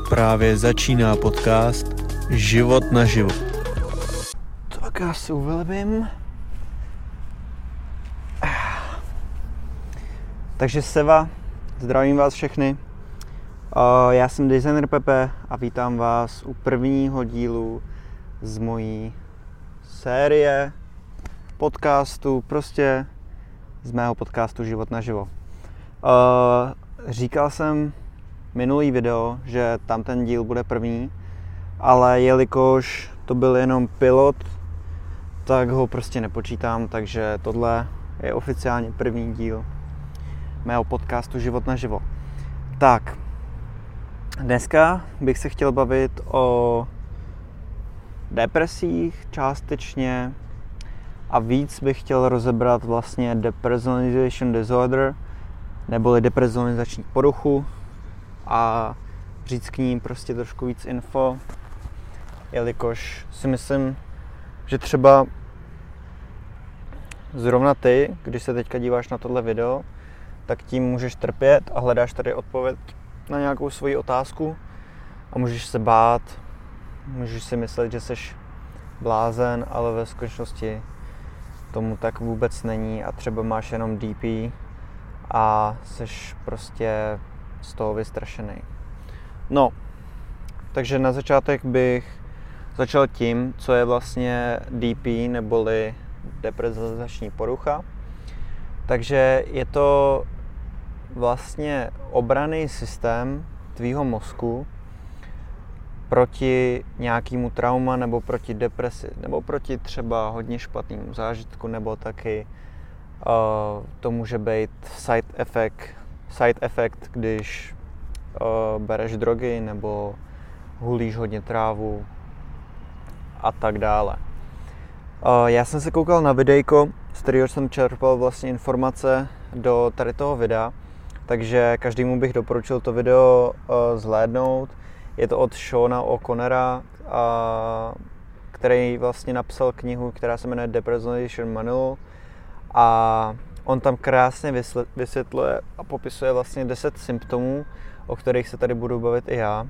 Právě začíná podcast Život naživo. Tak já se uvelebím. Takže Seva, zdravím vás všechny. Já jsem designer Pepe a vítám vás u prvního dílu z mojí série podcastu, prostě z mého podcastu Život naživo. Říkal jsem minulý video, že tam ten díl bude první, ale jelikož to byl jenom pilot, tak ho prostě nepočítám, takže tohle je oficiálně první díl mého podcastu Život naživo. Tak, dneska bych se chtěl bavit o depresích částečně a víc bych chtěl rozebrat vlastně depersonalization disorder, neboli depersonalizační poruchu, a říct k ní prostě trošku víc info, jelikož si myslím, že třeba zrovna ty, když se teďka díváš na tohle video, tak tím můžeš trpět a hledáš tady odpověď na nějakou svoji otázku a můžeš se bát, můžeš si myslet, že jsi blázen, ale ve skutečnosti tomu tak vůbec není a třeba máš jenom DP a jsi prostě z toho vystrašený. No, takže na začátek bych začal tím, co je vlastně DP, neboli depersonalizační porucha. Takže je to vlastně obranný systém tvýho mozku proti nějakému trauma, nebo proti depresi, nebo proti třeba hodně špatnému zážitku, nebo taky to může být side effect, když bereš drogy nebo hulíš hodně trávu a tak dále. Já jsem se koukal na videjko, z kterého jsem čerpal vlastně informace do tady toho videa, takže každému bych doporučil to video zhlédnout. Je to od Seana O'Connora, který vlastně napsal knihu, která se jmenuje Depersonalization Manual, a on tam krásně vysvětluje a popisuje vlastně 10 symptomů, o kterých se tady budu bavit i já,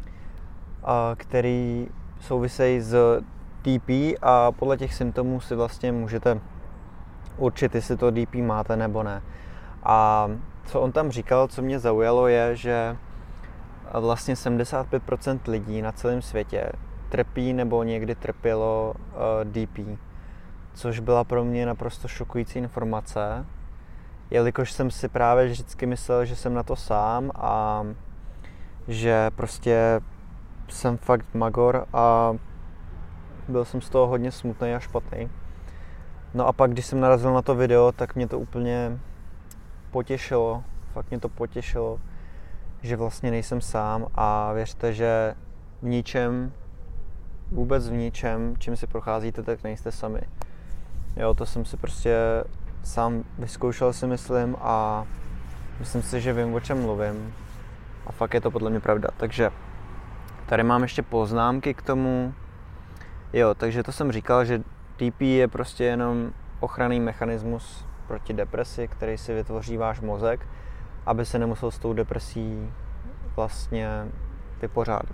který souvisejí s DP, a podle těch symptomů si vlastně můžete určit, jestli to DP máte nebo ne. A co on tam říkal, co mě zaujalo, je, že vlastně 75% lidí na celém světě trpí nebo někdy trpělo DP, což byla pro mě naprosto šokující informace, jelikož jsem si právě vždycky myslel, že jsem na to sám a že prostě jsem fakt magor a byl jsem z toho hodně smutný a špatný. No a pak, když jsem narazil na to video, tak mě to úplně potěšilo, fakt mě to potěšilo, že vlastně nejsem sám, a věřte, že v ničem, vůbec v ničem, čím si procházíte, tak nejste sami. Jo, to jsem si prostě sám vyzkoušel, si myslím, a myslím si, že vím, o čem mluvím. A fakt je to podle mě pravda. Takže tady mám ještě poznámky k tomu. Jo, takže to jsem říkal, že DP je prostě jenom ochranný mechanismus proti depresi, který si vytvoří váš mozek, aby se nemusel s tou depresí vlastně vypořádat.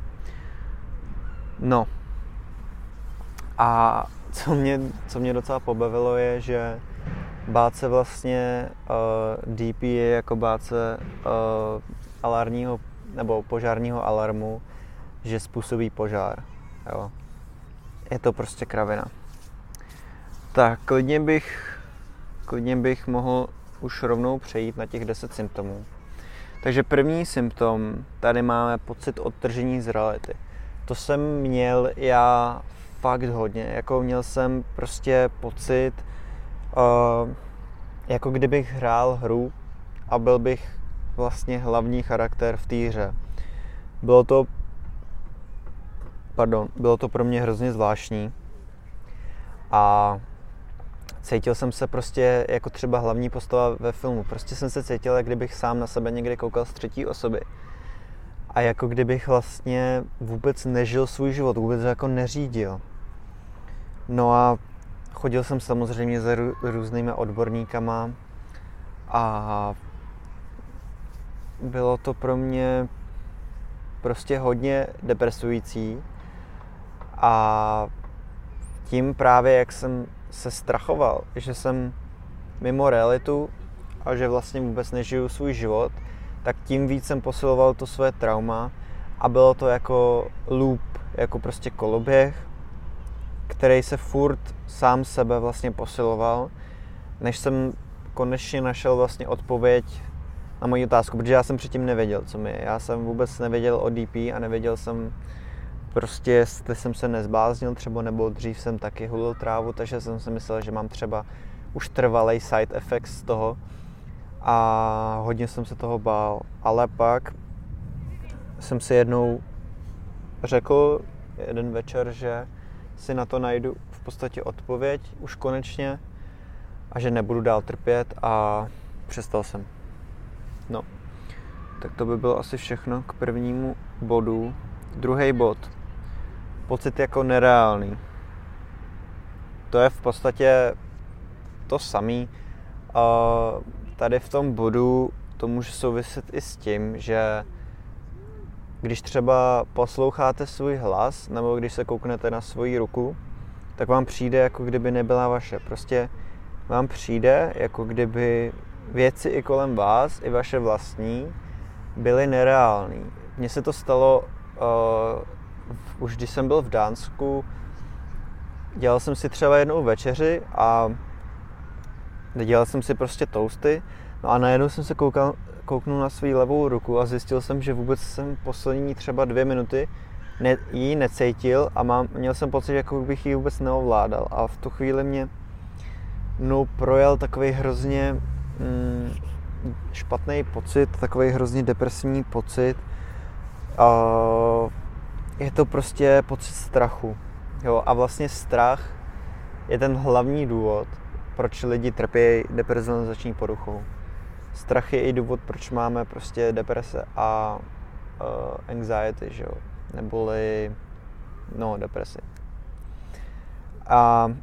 No. A co mě docela pobavilo, je, že bát se vlastně DP je jako bát se alarmního nebo požárního alarmu, že způsobí požár. Jo. Je to prostě kravina. Tak klidně bych mohl už rovnou přejít na těch 10 symptomů. Takže první symptom, tady máme pocit odtržení z reality. To jsem měl já fakt hodně, jako měl jsem prostě pocit, jako kdybych hrál hru a byl bych vlastně hlavní charakter v té hře. Bylo to pro mě hrozně zvláštní a cítil jsem se prostě jako třeba hlavní postava ve filmu. Prostě jsem se cítil, jak kdybych sám na sebe někde koukal z třetí osoby. A jako kdybych vlastně vůbec nežil svůj život, vůbec jako neřídil. No a chodil jsem samozřejmě za různými odborníkama a bylo to pro mě prostě hodně depresující a tím právě, jak jsem se strachoval, že jsem mimo realitu a že vlastně vůbec nežiju svůj život, tak tím víc jsem posiloval to svoje trauma a bylo to jako loop, jako prostě koloběh, který se furt sám sebe vlastně posiloval, než jsem konečně našel vlastně odpověď na moji otázku, protože já jsem předtím nevěděl, co mi je. Já jsem vůbec nevěděl o DP a nevěděl jsem prostě, jestli jsem se nezbláznil třeba, nebo dřív jsem taky hulil trávu, takže jsem si myslel, že mám třeba už trvalej side effect z toho a hodně jsem se toho bál. Ale pak jsem si jednou řekl jeden večer, že si na to najdu v podstatě odpověď už konečně a že nebudu dál trpět a přestal jsem. No, tak to by bylo asi všechno k prvnímu bodu. Druhý bod. Pocit jako nereálný. To je v podstatě to samý. Tady v tom bodu to může souviset i s tím, že když třeba posloucháte svůj hlas, nebo když se kouknete na svoji ruku, tak vám přijde, jako kdyby nebyla vaše. Prostě vám přijde, jako kdyby věci i kolem vás, i vaše vlastní, byly nereální. Mně se to stalo už když jsem byl v Dánsku, dělal jsem si třeba jednou večeři a dělal jsem si prostě toasty, no a najednou jsem se kouknul na svou levou ruku a zjistil jsem, že vůbec jsem poslední třeba 2 minuty ji necítil a měl jsem pocit, jako bych ji vůbec neovládal a v tu chvíli mě projel takový hrozně špatný pocit, takový hrozně depresivní pocit. Je to prostě pocit strachu. Jo? A vlastně strach je ten hlavní důvod, proč lidi trpí depersonalizační poruchou. Strach je i důvod, proč máme prostě deprese a anxiety, že jo? Neboli depresi. A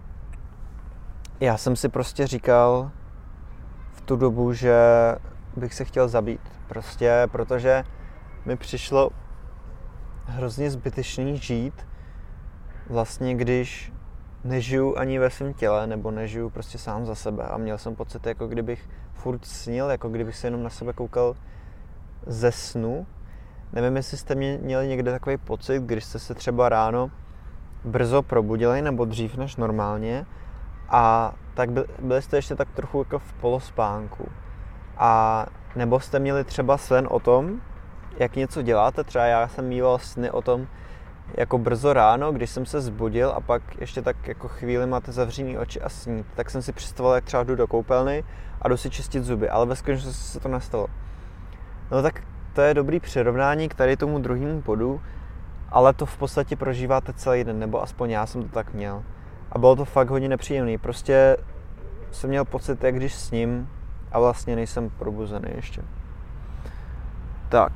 já jsem si prostě říkal v tu dobu, že bych se chtěl zabít. Prostě protože mi přišlo hrozně zbytečný žít vlastně, když nežiju ani ve svém těle, nebo nežiju prostě sám za sebe. A měl jsem pocit, jako kdybych furt snil, jako kdybych se jenom na sebe koukal ze snu. Nevím, jestli jste měli někde takový pocit, když jste se třeba ráno brzo probudili, nebo dřív než normálně, a tak byli jste ještě tak trochu jako v polospánku. A nebo jste měli třeba sen o tom, jak něco děláte, třeba já jsem mýval sny o tom, jako brzo ráno, když jsem se zbudil a pak ještě tak jako chvíli máte zavřený oči a snít, tak jsem si představoval, jak třeba jdu do koupelny a jdu si čistit zuby, ale ve skutečnosti se to nestalo. No tak to je dobrý přirovnání k tady tomu druhému bodu, ale to v podstatě prožíváte celý den, nebo aspoň já jsem to tak měl. A bylo to fakt hodně nepříjemný, prostě jsem měl pocit, jak když sním a vlastně nejsem probuzený ještě. Tak.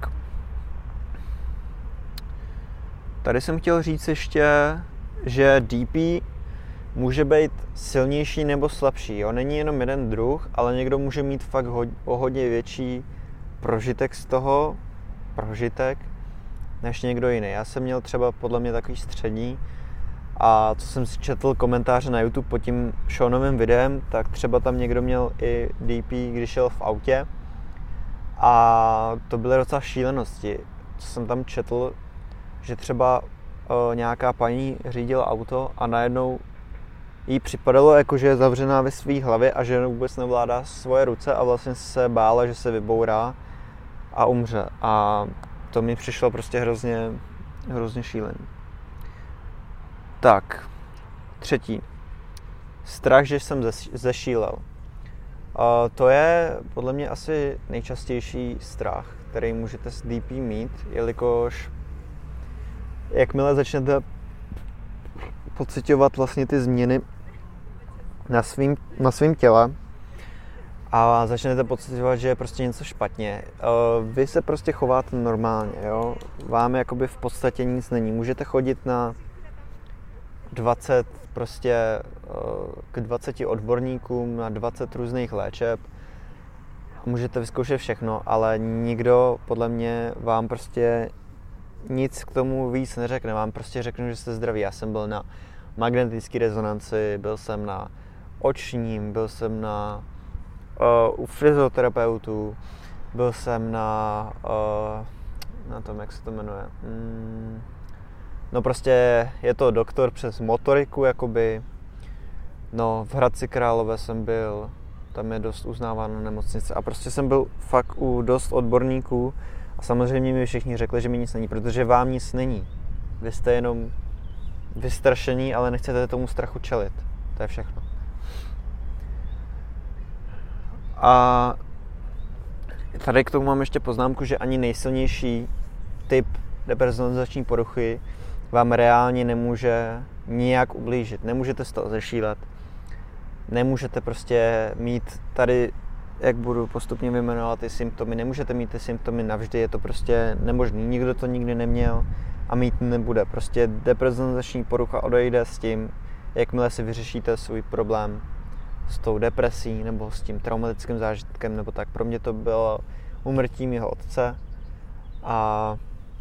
Tady jsem chtěl říct ještě, že DP může být silnější nebo slabší. Jo? Není jenom jeden druh, ale někdo může mít fakt o hodně větší prožitek z toho, než někdo jiný. Já jsem měl třeba podle mě takový střední a co jsem si četl komentáře na YouTube pod tím Seanovým videem, tak třeba tam někdo měl i DP, když šel v autě a to byly docela šílenosti. Co jsem tam četl, že třeba nějaká paní řídila auto a najednou jí připadalo, jako že je zavřená ve své hlavě a že vůbec nevládá svoje ruce a vlastně se bála, že se vybourá a umře. A to mi přišlo prostě hrozně šílený. Tak, 3. Strach, že jsem zešílel. To je podle mě asi nejčastější strach, který můžete s DP mít, jelikož jakmile začnete pociťovat vlastně ty změny na svým těle a začnete pociťovat, že je prostě něco špatně, vy se prostě chováte normálně, jo? Vám jakoby v podstatě nic není. Můžete chodit na 20 prostě k 20 odborníkům, na 20 různých léčeb. Můžete vyzkoušet všechno, ale nikdo podle mě vám prostě nic k tomu víc neřekne, vám prostě řeknu, že jste zdraví. Já jsem byl na magnetické rezonanci, byl jsem na očním, byl jsem u fyzioterapeutů, byl jsem na tom, jak se to jmenuje. No prostě je to doktor přes motoriku, jakoby. No, v Hradci Králové jsem byl, tam je dost uznávána nemocnice a prostě jsem byl fakt u dost odborníků a samozřejmě mi všichni řekli, že mi nic není, protože vám nic není. Vy jste jenom vystrašení, ale nechcete tomu strachu čelit. To je všechno. A tady k tomu mám ještě poznámku, že ani nejsilnější typ depersonalizační poruchy vám reálně nemůže nijak ublížit. Nemůžete z toho zešílet. Nemůžete prostě mít tady, jak budu postupně vyjmenovat ty symptomy, nemůžete mít ty symptomy navždy, je to prostě nemožný. Nikdo to nikdy neměl a mít nebude. Prostě depersonalizační porucha odejde s tím, jakmile si vyřešíte svůj problém s tou depresí nebo s tím traumatickým zážitkem nebo tak. Pro mě to bylo úmrtí mého otce a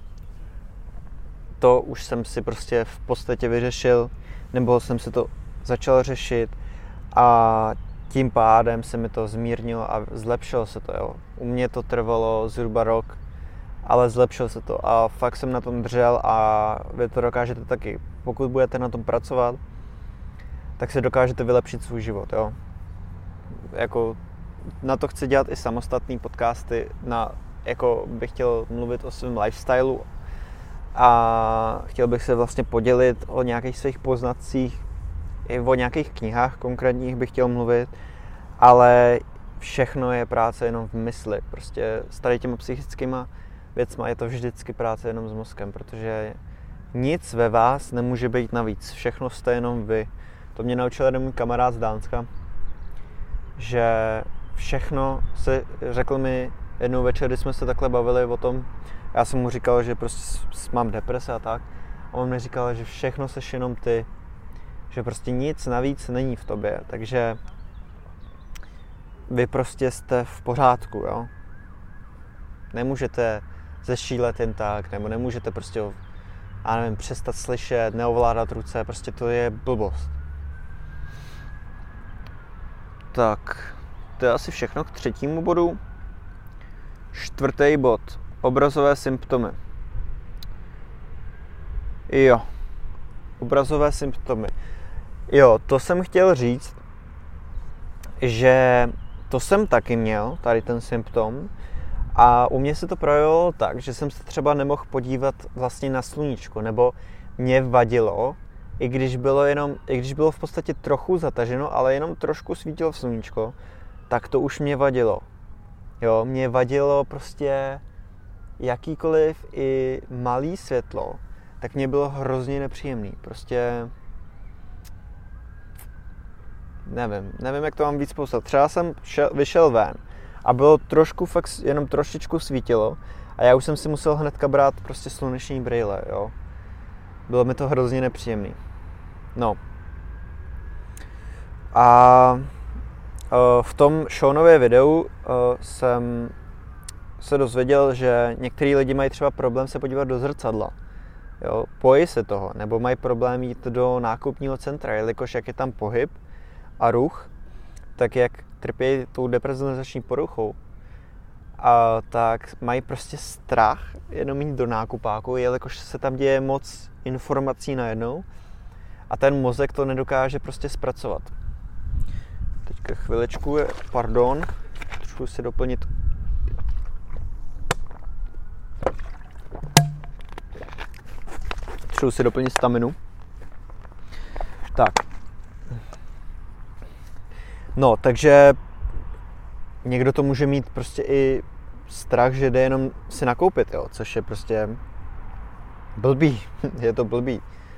to už jsem si prostě v podstatě vyřešil, nebo jsem si to začal řešit a tím pádem se mi to zmírnilo a zlepšilo se to. Jo. U mě to trvalo zhruba rok, ale zlepšilo se to a fakt jsem na tom držel a vy to dokážete taky. Pokud budete na tom pracovat, tak se dokážete vylepšit svůj život. Jo. Jako, na to chci dělat i samostatný podcasty, jako bych chtěl mluvit o svém lifestylu a chtěl bych se vlastně podělit o nějakých svých poznatcích, i o nějakých knihách konkrétních bych chtěl mluvit, ale všechno je práce jenom v mysli. Prostě s tady těma psychickýma věcma je to vždycky práce jenom s mozkem, protože nic ve vás nemůže být navíc. Všechno jste jenom vy. To mě naučil jeden můj kamarád z Dánska, že všechno řekl mi jednou večer, kdy jsme se takhle bavili o tom, já jsem mu říkal, že prostě mám deprese a tak, a on mi říkal, že všechno seš jenom ty, že prostě nic navíc není v tobě, takže vy prostě jste v pořádku, jo. Nemůžete zešílet jen tak, nebo nemůžete prostě, já nevím, přestat slyšet, neovládat ruce, prostě to je blbost. Tak, to je asi všechno k 3. bodu. 4. bod. Obrazové symptomy. Jo. Obrazové symptomy. Jo, to jsem chtěl říct, že to jsem taky měl, tady ten symptom. A u mě se to projevilo tak, že jsem se třeba nemohl podívat vlastně na sluníčko, nebo mě vadilo, i když bylo v podstatě trochu zataženo, ale jenom trošku svítilo v sluníčko, tak to už mě vadilo. Jo, mě vadilo prostě jakýkoliv i malý světlo, tak mě bylo hrozně nepříjemný. Prostě nevím, jak to mám víc popsat. Třeba jsem vyšel ven a bylo trošku, fakt jenom trošičku svítilo a já už jsem si musel hnedka brát prostě sluneční brýle, jo. Bylo mi to hrozně nepříjemný. No. A v tom Seanově videu jsem se dozvěděl, že některý lidi mají třeba problém se podívat do zrcadla. Jo, bojí se toho, nebo mají problém jít do nákupního centra, jelikož jak je tam pohyb a ruch, tak jak trpí tou depersonalizační poruchou, tak mají prostě strach jenom jít do nákupáku, jelikož se tam děje moc informací najednou a ten mozek to nedokáže prostě zpracovat. Teďka chviličku, pardon, trošku si doplnit. Potřebuji si doplnit staminu. Tak. No, takže někdo to může mít prostě i strach, že jde jenom si nakoupit, jo, což je prostě blbý. Je to blbý.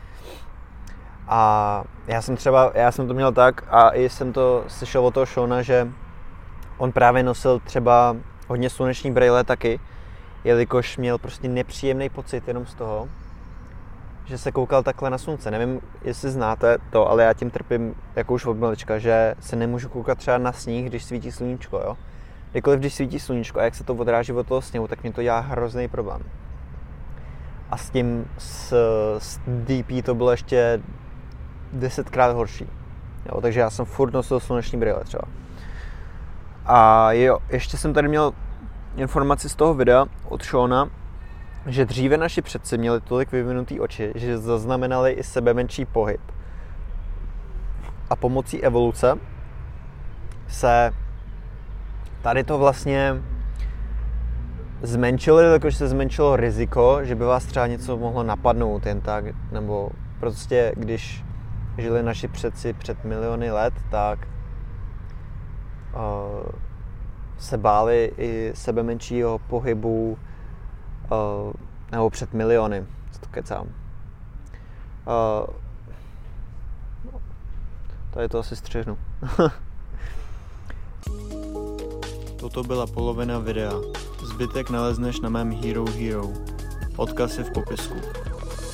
A já jsem to měl tak a i jsem to slyšel od toho Seana, že on právě nosil třeba hodně sluneční brýle taky, jelikož měl prostě nepříjemný pocit jenom z toho, že se koukal takhle na slunce. Nevím, jestli znáte to, ale já tím trpím jako už od malička, že se nemůžu koukat třeba na sníh, když svítí sluníčko, jo. Kdykoliv, když svítí sluníčko a jak se to odráží od toho sněhu, tak mě to dělá hrozný problém. a s DP to bylo ještě 10krát horší. Jo, takže já jsem furt nosil sluneční brýle třeba. A jo, ještě jsem tady měl informaci z toho videa od Shona, že dříve naši předci měli tolik vyvinutý oči, že zaznamenali i sebe menší pohyb. A pomocí evoluce se tady to vlastně zmenšilo, jakože se zmenšilo riziko, že by vás třeba něco mohlo napadnout jen tak, nebo prostě když žili naši předci před miliony let, tak se báli i sebe menšího pohybu, nebo před miliony, co to kecám. Tady to asi střihnu. Toto byla polovina videa. Zbytek nalezneš na mém Hero. Odkaz je v popisku.